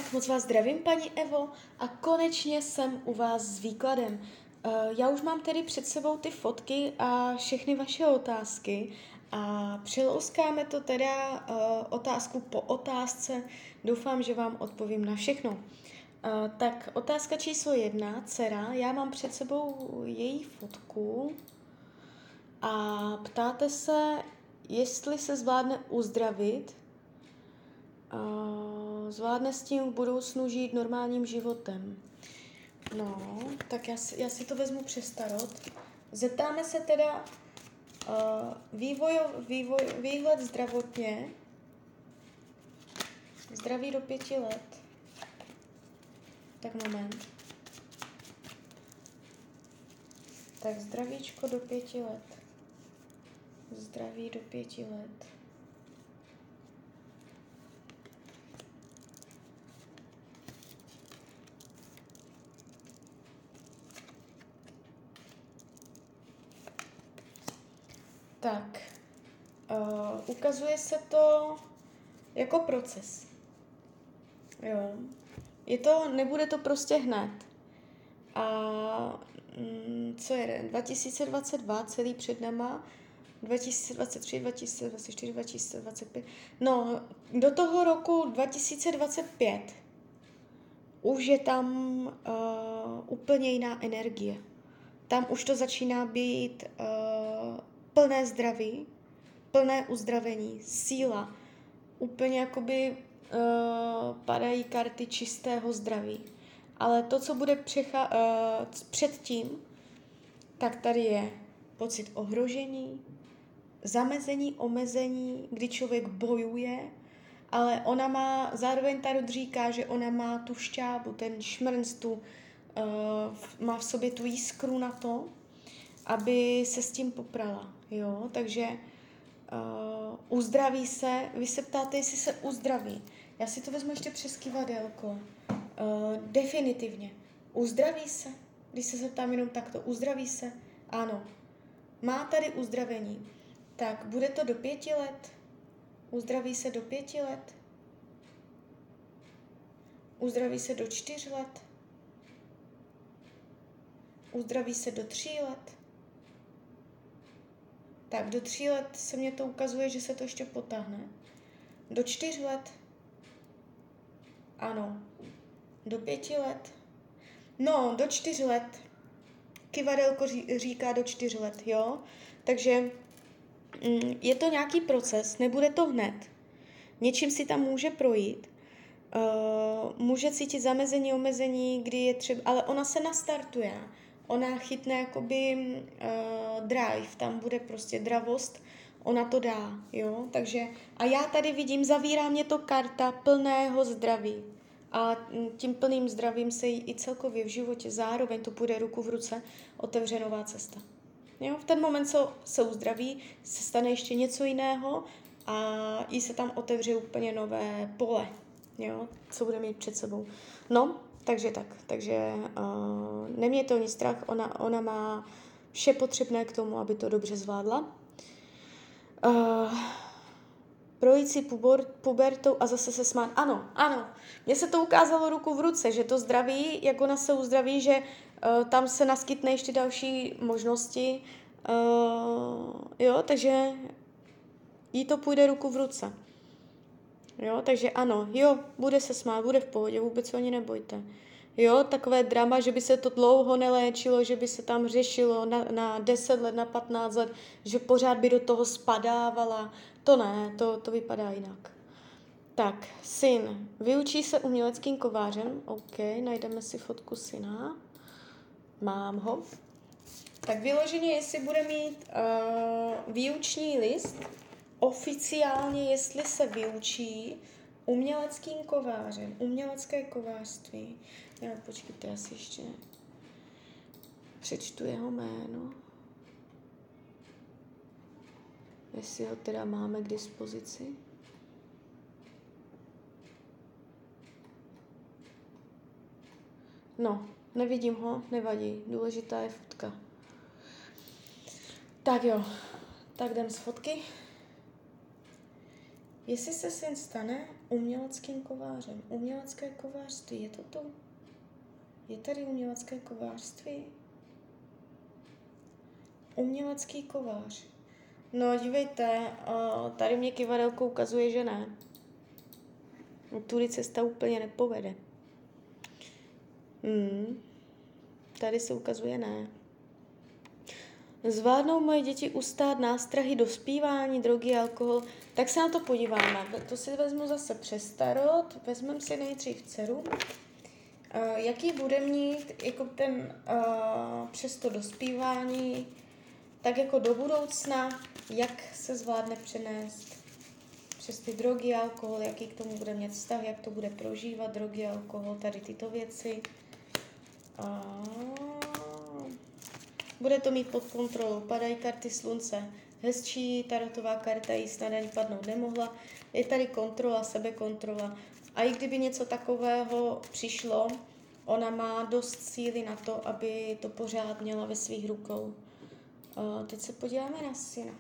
Moc vás zdravím, paní Evo, a konečně jsem u vás s výkladem. Já už mám tedy před sebou ty fotky a všechny vaše otázky a přelouskáme to teda otázku po otázce. Doufám, že vám odpovím na všechno. Tak otázka číslo 1, dcera. Já mám před sebou její fotku a ptáte se, jestli se zvládne uzdravit, zvládne s tím v budoucnu žít normálním životem. No, tak já si to vezmu přes tarot. Zeptáme se teda výhled zdravotně. Zdraví do 5 let. Tak moment. Tak zdravíčko do 5 let. Zdraví do 5 let. Tak, ukazuje se to jako proces. Jo. Nebude to prostě hned. A co je 2022, celý před náma, 2023, 2024, 2025. No, do toho roku 2025 už je tam úplně jiná energie. Tam už to začíná být plné zdraví, plné uzdravení, síla. Úplně jakoby padají karty čistého zdraví. Ale to, co bude předtím, tak tady je pocit ohrožení, zamezení, omezení, kdy člověk bojuje, ale ona má, zároveň tarot říká, že ona má tu šťávu, ten šmrnc, má v sobě tu jiskru na to, aby se s tím poprala. Jo? Takže uzdraví se, vy se ptáte, jestli se uzdraví. Já si to vezmu ještě přes kyvadelko. Definitivně. Uzdraví se? Když se zeptám jenom takto, uzdraví se? Ano. Má tady uzdravení. Tak, bude to do 5 let? Uzdraví se do 5 let? Uzdraví se do 4 let? Uzdraví se do 3 let? Tak, do 3 let se mně to ukazuje, že se to ještě potáhne. Do 4 let? Ano. Do 5 let? No, do 4 let. Kyvadelko říká do 4 let, jo? Takže je to nějaký proces, nebude to hned. Něčím si tam může projít. Může cítit zamezení, omezení, kdy je třeba, ale ona se nastartuje. Ona chytne jakoby drive, tam bude prostě dravost, ona to dá, jo? Takže, a já tady vidím, zavírá mě to karta plného zdraví. A tím plným zdravím se jí i celkově v životě zároveň to půjde ruku v ruce, otevře nová cesta. Jo? V ten moment, co se uzdraví, se stane ještě něco jiného a jí se tam otevře úplně nové pole, jo? Co bude mít před sebou. No, takže tak. Takže nemějte o ní strach, ona má vše potřebné k tomu, aby to dobře zvládla. Projít si pubertou a zase se smát. Ano. Mně se to ukázalo ruku v ruce, že to zdraví, jak ona se uzdraví, že tam se naskytne ještě další možnosti. Jo, takže jí to půjde ruku v ruce. Jo, takže ano, jo, bude se smát, bude v pohodě, vůbec se o ní nebojte. Jo, takové drama, že by se to dlouho neléčilo, že by se tam řešilo na 10 let, na 15 let, že pořád by do toho spadávala. To ne, to vypadá jinak. Tak, syn. Vyučí se uměleckým kovářem. OK, najdeme si fotku syna. Mám ho. Tak vyloženě, jestli bude mít výuční list, oficiálně, jestli se vyučí uměleckým kovářem, umělecké kovářství. Já, počkejte, já si ještě přečtu jeho jméno. Jestli ho teda máme k dispozici. No, nevidím ho, nevadí, důležitá je fotka. Tak jo, tak jdem z fotky. Jestli se syn stane uměleckým kovářem. Umělecké kovářství, je to to? Je tady umělecké kovářství? Umělecký kovář. No, dívejte, tady mě kivadelko ukazuje, že ne. Tudy cesta úplně nepovede. Tady se ukazuje ne. Zvládnou moje děti ustát nástrahy dospívání, drogy, alkohol? Tak se na to podíváme. To si vezmu zase přes tarot, vezmeme si nejdřív dceru. Jaký bude mít jako ten přes to dospívání, tak jako do budoucna, jak se zvládne přenést přes ty drogy, alkohol, jaký k tomu bude mít vztah, jak to bude prožívat, drogy, alkohol, tady tyto věci. Bude to mít pod kontrolou. Padají karty slunce. Hezčí tarotová karta jí snad ani padnout nemohla. Je tady kontrola, sebekontrola. A i kdyby něco takového přišlo, ona má dost síly na to, aby to pořád měla ve svých rukou. Teď se podíváme na syna.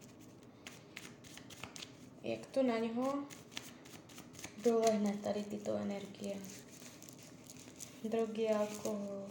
Jak to na něho dolehne tady tyto energie. Drogy, alkohol.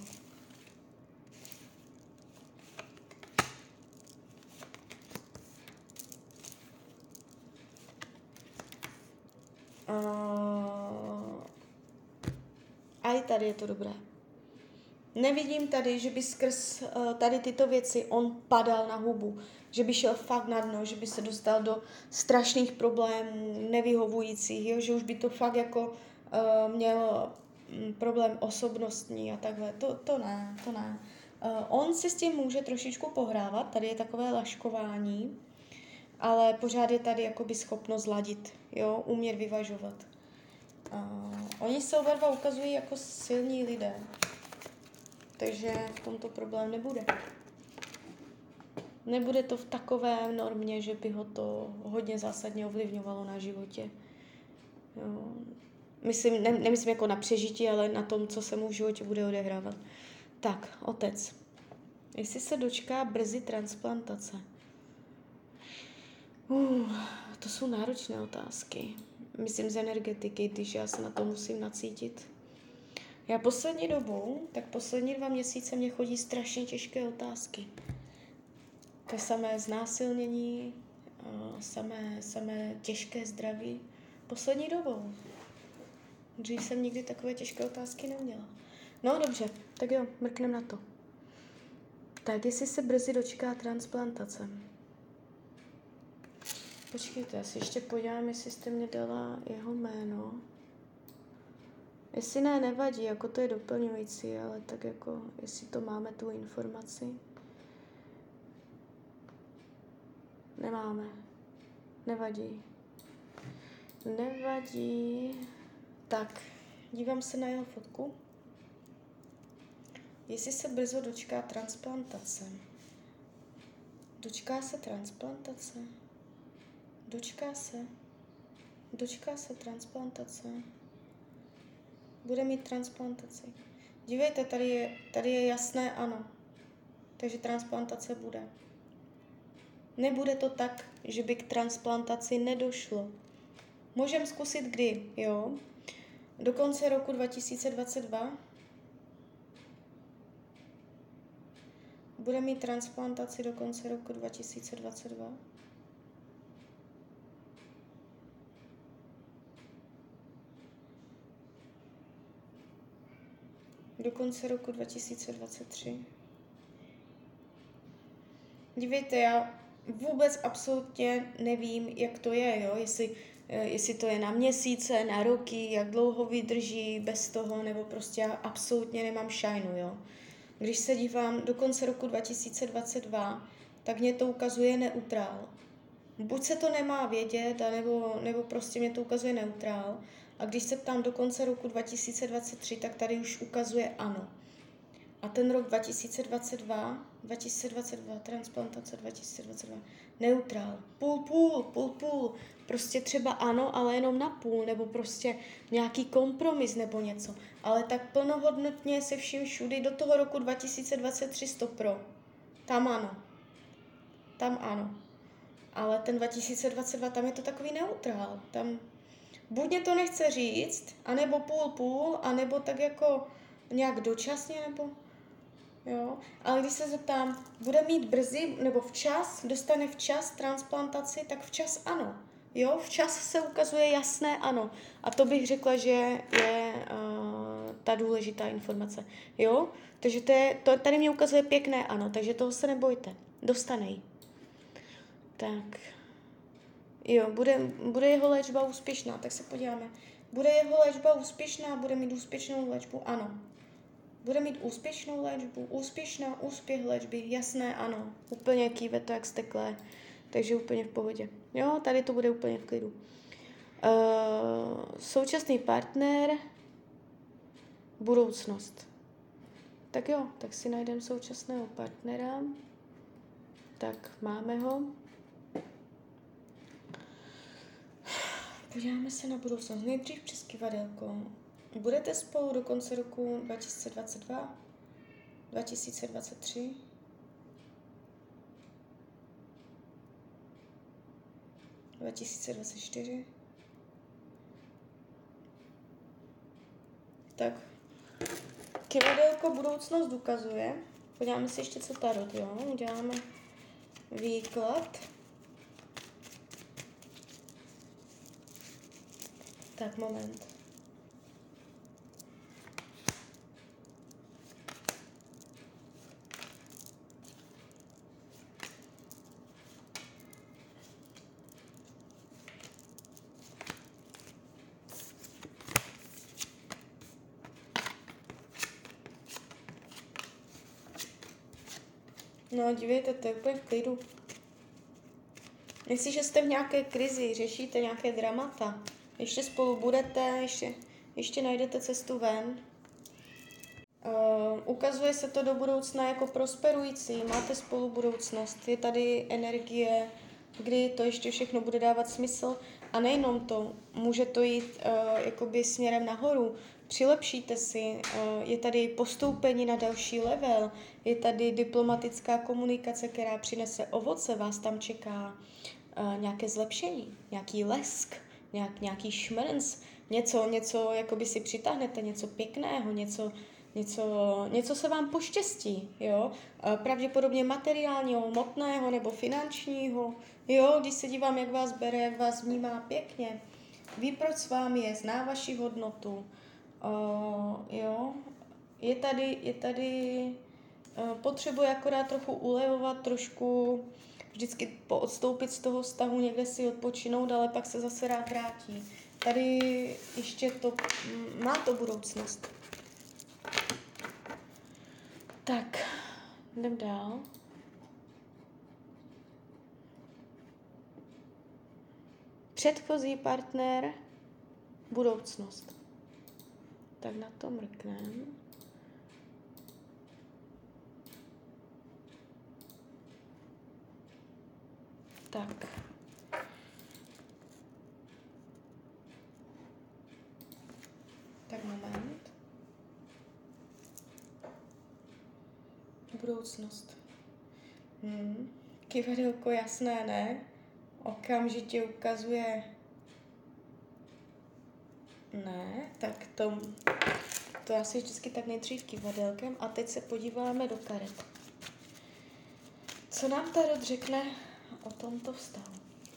A i tady je to dobré. Nevidím tady, že by skrz tady tyto věci on padal na hubu, že by šel fakt na dno, že by se dostal do strašných problémů, nevyhovujících, jo? Že už by to fakt jako měl problém osobnostní a takhle. To ne. On si s tím může trošičku pohrávat, tady je takové laškování, ale pořád je tady jakoby schopnost ladit, jo? Umět vyvažovat. Oni se oba dva ukazují jako silní lidé. Takže v tomto problém nebude. Nebude to v takové normě, že by ho to hodně zásadně ovlivňovalo na životě. Jo. Nemyslím jako na přežití, ale na tom, co se mu v životě bude odehrávat. Tak, otec. Jestli se dočká brzy transplantace? To jsou náročné otázky. Myslím z energetiky, když já se na to musím nacítit. Já poslední 2 měsíce mě chodí strašně těžké otázky. To samé znásilnění, samé těžké zdraví. Poslední dobou. Dřív jsem nikdy takové těžké otázky neměla. No dobře, tak jo, mrknem na to. Tak jestli se brzy dočká transplantace. Počkejte, já si ještě podívám, jestli jste mě dala jeho jméno. Jestli ne, nevadí, jako to je doplňující, ale tak jako, jestli to máme tu informaci. Nemáme. Nevadí. Tak, dívám se na jeho fotku. Jestli se brzo dočká transplantace. Dočká se transplantace. Dočká se transplantace. Bude mít transplantaci. Dívejte, tady je jasné ano. Takže transplantace bude. Nebude to tak, že by k transplantaci nedošlo. Můžeme zkusit kdy, jo? Do konce roku 2022 bude mít transplantaci do konce roku 2022. Do konce roku 2023. Dívejte, já vůbec absolutně nevím, jak to je, jo? Jestli to je na měsíce, na roky, jak dlouho vydrží bez toho, nebo prostě já absolutně nemám šajnu, jo? Když se dívám do konce roku 2022, tak mě to ukazuje neutrál. Buď se to nemá vědět, nebo prostě mě to ukazuje neutrál. A když se ptám do konce roku 2023, tak tady už ukazuje ano. A ten rok 2022, transplantace 2022, neutrál, půl. Prostě třeba ano, ale jenom na půl, nebo prostě nějaký kompromis nebo něco. Ale tak plnohodnotně se vším všudy do toho roku 2023 100%. Tam ano. Ale ten 2022, tam je to takový neutrál. Tam buď mě to nechce říct, anebo půl, anebo tak jako nějak dočasně, nebo jo. Ale když se zeptám, bude mít brzy nebo včas, dostane včas transplantaci, tak včas ano. Jo, včas se ukazuje jasné ano. A to bych řekla, že je ta důležitá informace. Jo, takže to tady mě ukazuje pěkné ano, takže toho se nebojte. Dostanej. Tak. Jo, bude jeho léčba úspěšná, tak se podíváme. Bude jeho léčba úspěšná, bude mít úspěšnou léčbu? Ano. Bude mít úspěšnou léčbu, úspěch léčby, jasné, ano. Úplně kýve to jak steklé, takže úplně v pohodě. Jo, tady to bude úplně v klidu. Současný partner, budoucnost. Tak jo, tak si najdeme současného partnera. Tak, máme ho. Podíváme se na budoucnost. Nejdřív přes kivadelko. Budete spolu do konce roku 2022? 2023? ...2024. Tak. Kivadelko budoucnost ukazuje. Podíváme si ještě, co tarot, jo? Uděláme výklad. Tak, moment. No, dívejte, to je úplně v klidu. Jestliže jste v nějaké krizi, řešíte nějaké dramata, ještě spolu budete, ještě najdete cestu ven. Ukazuje se to do budoucna jako prosperující, máte spolu budoucnost, je tady energie, kdy to ještě všechno bude dávat smysl a nejenom to, může to jít jakoby směrem nahoru, přilepšíte si, je tady postoupení na další level, je tady diplomatická komunikace, která přinese ovoce, vás tam čeká nějaké zlepšení, nějaký lesk, nějaký šmrnc, něco jakoby si přitáhnete, něco pěkného, něco se vám poštěstí, jo? Pravděpodobně materiálního, hmotného nebo finančního, jo? Když se dívám, jak vás bere, jak vás vnímá pěkně, ví, proč s vámi je, zná vaši hodnotu, jo? Je tady potřebuje akorát trochu ulevovat, trošku vždycky odstoupit z toho vztahu, někde si odpočinout, ale pak se zase rád vrátí. Tady ještě to, má to budoucnost. Tak, jdem dál. Předchozí partner, budoucnost. Tak na to mrknem. Tak. Tak moment. Budoucnost. Kivadelko jasné, ne? Okamžitě ukazuje... Ne, tak to asi vždycky tak nejdřív kivadelkem a teď se podíváme do karet. Co nám tarot řekne o tomto vztahu?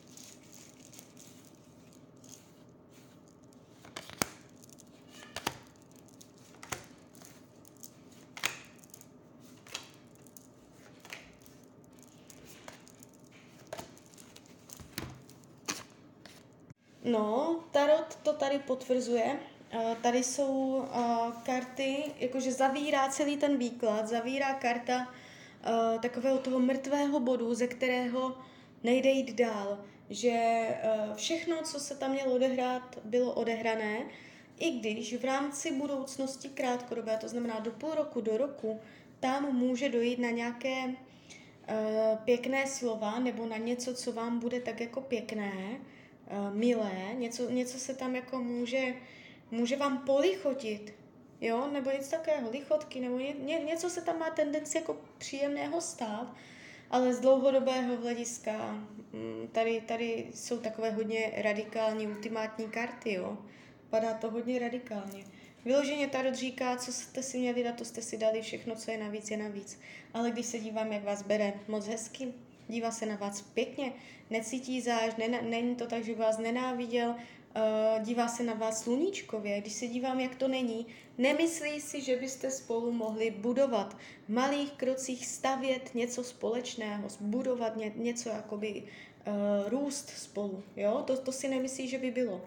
No, tarot to tady potvrzuje. Tady jsou karty, jakože zavírá celý ten výklad, zavírá karta takového toho mrtvého bodu, ze kterého nejde jít dál. Že všechno, co se tam mělo odehrát, bylo odehrané, i když v rámci budoucnosti krátkodobé, to znamená do půl roku, do roku, tam může dojít na nějaké pěkné slova nebo na něco, co vám bude tak jako pěkné, milé, něco se tam jako může vám polichotit, jo, nebo něco takového, lichotky, nebo něco se tam má tendenci jako příjemného stát Ale z dlouhodobého hlediska tady jsou takové hodně radikální, ultimátní karty, jo. Padá to hodně radikálně. Vyloženě Tarot říká, co jste si měli dát, to jste si dali, všechno, co je navíc, je navíc. Ale když se dívám, jak vás bere moc hezky, dívá se na vás pěkně, necítí záž, není to tak, že vás nenáviděl, dívá se na vás sluníčkově. Když se dívám, jak to není, nemyslí si, že byste spolu mohli budovat v malých krocích, stavět něco společného, budovat něco jakoby růst spolu. Jo? To si nemyslí, že by bylo.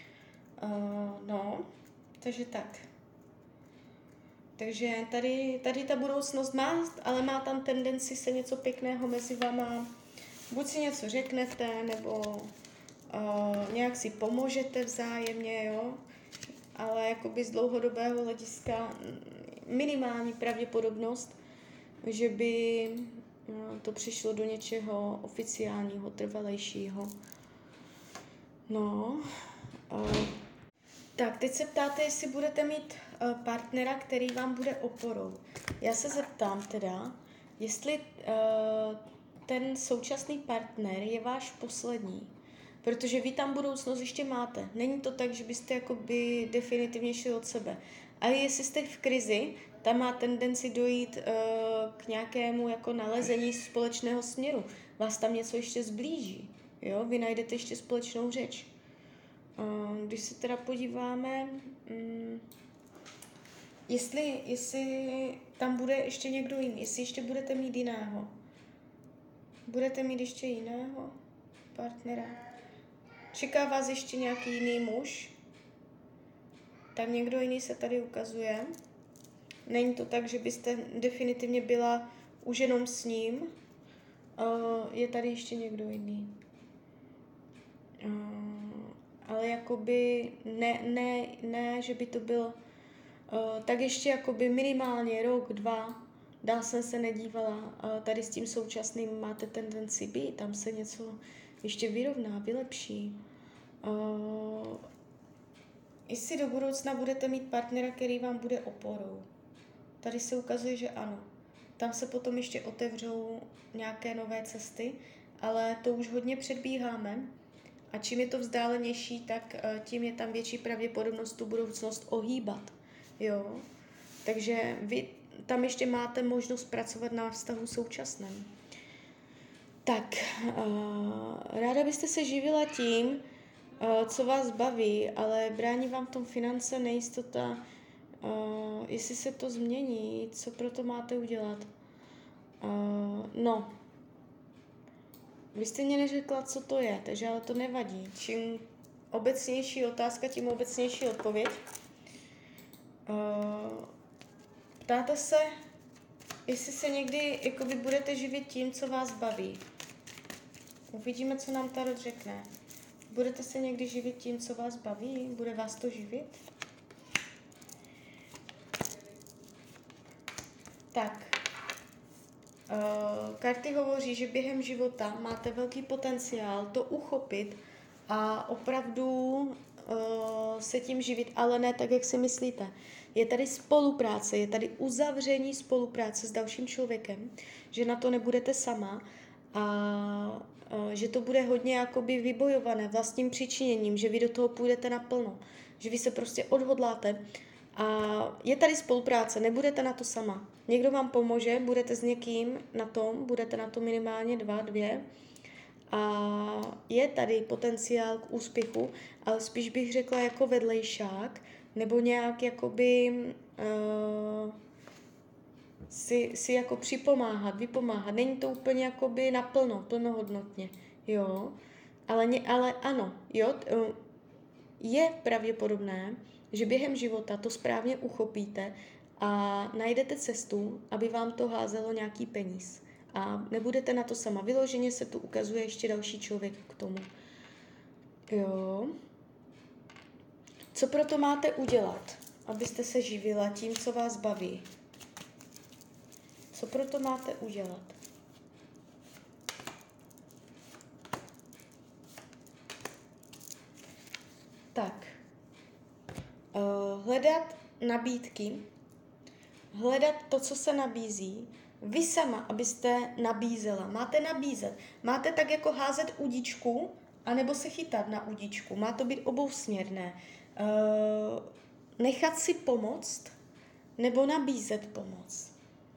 No, takže tak. Takže tady ta budoucnost má, ale má tam tendenci se něco pěkného mezi vama. Buď si něco řeknete, nebo nějak si pomůžete vzájemně, jo. Ale jakoby z dlouhodobého hlediska minimální pravděpodobnost, že by to přišlo do něčeho oficiálního, trvalejšího. No. Tak, teď se ptáte, jestli budete mít partnera, který vám bude oporou. Já se zeptám teda, jestli ten současný partner je váš poslední, protože vy tam budoucnost ještě máte. Není to tak, že byste jakoby definitivně šli od sebe. Ale jestli jste v krizi, tam má tendenci dojít k nějakému jako nalezení společného směru. Vás tam něco ještě zblíží. Jo? Vy najdete ještě společnou řeč. Když se teda podíváme, jestli tam bude ještě někdo jiný, jestli ještě budete mít jiného. Budete mít ještě jiného partnera. Čeká vás ještě nějaký jiný muž. Tak někdo jiný se tady ukazuje. Není to tak, že byste definitivně byla už jenom s ním. Je tady ještě někdo jiný. Ale jakoby ne, že by to bylo tak ještě jakoby minimálně rok, 2, dál jsem se nedívala, tady s tím současným máte tendenci být, tam se něco ještě vyrovná, vylepší. Jestli do budoucna budete mít partnera, který vám bude oporou, tady se ukazuje, že ano. Tam se potom ještě otevřou nějaké nové cesty, ale to už hodně předbíháme. A čím je to vzdálenější, tak tím je tam větší pravděpodobnost tu budoucnost ohýbat. Jo? Takže vy tam ještě máte možnost pracovat na vztahu současném. Tak, ráda byste se živila tím, co vás baví, ale brání vám v tom finance, nejistota, jestli se to změní, co pro to máte udělat. No, vy jste mě neřekla, co to je, takže ale to nevadí. Čím obecnější otázka, tím obecnější odpověď. Ptáte se, jestli se někdy jakoby budete živit tím, co vás baví. Uvidíme, co nám Tarot řekne. Budete se někdy živit tím, co vás baví? Bude vás to živit? Tak. Karty hovoří, že během života máte velký potenciál to uchopit a opravdu se tím živit, ale ne tak, jak si myslíte. Je tady spolupráce, je tady uzavření spolupráce s dalším člověkem, že na to nebudete sama a že to bude hodně jakoby vybojované vlastním přičiněním, že vy do toho půjdete naplno, že vy se prostě odhodláte a je tady spolupráce, nebudete na to sama. Někdo vám pomůže, budete s někým na tom, budete na to minimálně 2 a je tady potenciál k úspěchu, ale spíš bych řekla jako vedlejšák, nebo nějak jakoby si jako připomáhat, vypomáhat. Není to úplně jakoby naplno, plnohodnotně, jo. Ale ano, jo, je pravděpodobné, že během života to správně uchopíte a najdete cestu, aby vám to házelo nějaký peníz. A nebudete na to sama. Vyloženě se tu ukazuje ještě další člověk k tomu. Jo. Co proto máte udělat, abyste se živila tím, co vás baví? Co proto máte udělat? Tak. Hledat nabídky, hledat to, co se nabízí Vy sama, abyste nabízela. Máte nabízet. Máte tak jako házet udičku, anebo se chytat na udičku. Má to být obousměrné. Nechat si pomoct, nebo nabízet pomoc.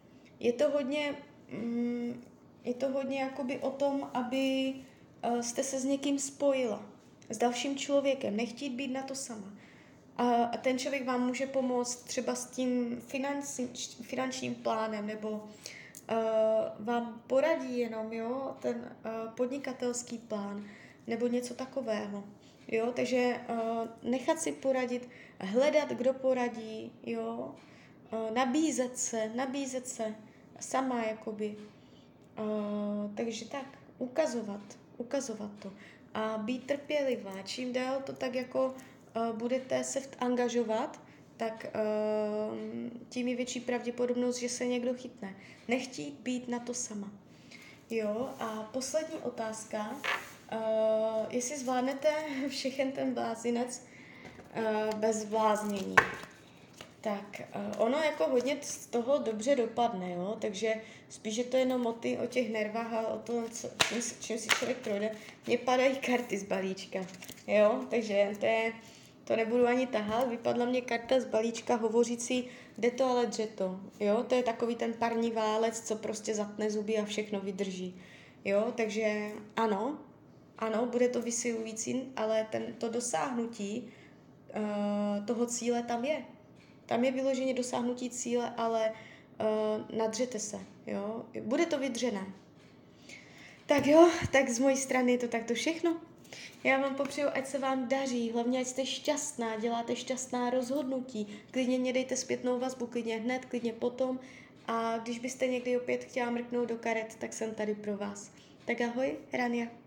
Je to hodně jakoby o tom, aby jste se s někým spojila. S dalším člověkem. Nechtít být na to sama. A ten člověk vám může pomoct třeba s tím finančním plánem, nebo vám poradí jenom, jo, ten podnikatelský plán, nebo něco takového. Jo, takže nechat si poradit, hledat, kdo poradí, jo, nabízet se sama, jakoby. Takže tak, ukazovat to. A být trpělivá. Čím dál to tak jako budete se angažovat, tak tím je větší pravděpodobnost, že se někdo chytne. Nechtít být na to sama. Jo, a poslední otázka. Jestli zvládnete všechen ten blázinec bez bláznění. Tak ono jako hodně z toho dobře dopadne, jo? Takže spíš je to jenom o těch nervách a o tom, čím si člověk projde. Mně padají karty z balíčka, jo? Takže to nebudu ani tahat, vypadla mě karta z balíčka hovořící jde to, ale dře to, jo? To je takový ten parní válec, co prostě zatne zuby a všechno vydrží, jo? Takže ano, bude to vysilující, ale to dosáhnutí toho cíle tam je. Tam je vyloženě dosáhnutí cíle, ale nadřete se, jo. Bude to vydřené. Tak jo, tak z mojí strany je to takto všechno. Já vám popřeju, ať se vám daří, hlavně ať jste šťastná, děláte šťastná rozhodnutí. Klidně mě dejte zpětnou vazbu, klidně hned, klidně potom. A když byste někdy opět chtěla mrknout do karet, tak jsem tady pro vás. Tak ahoj, Rania.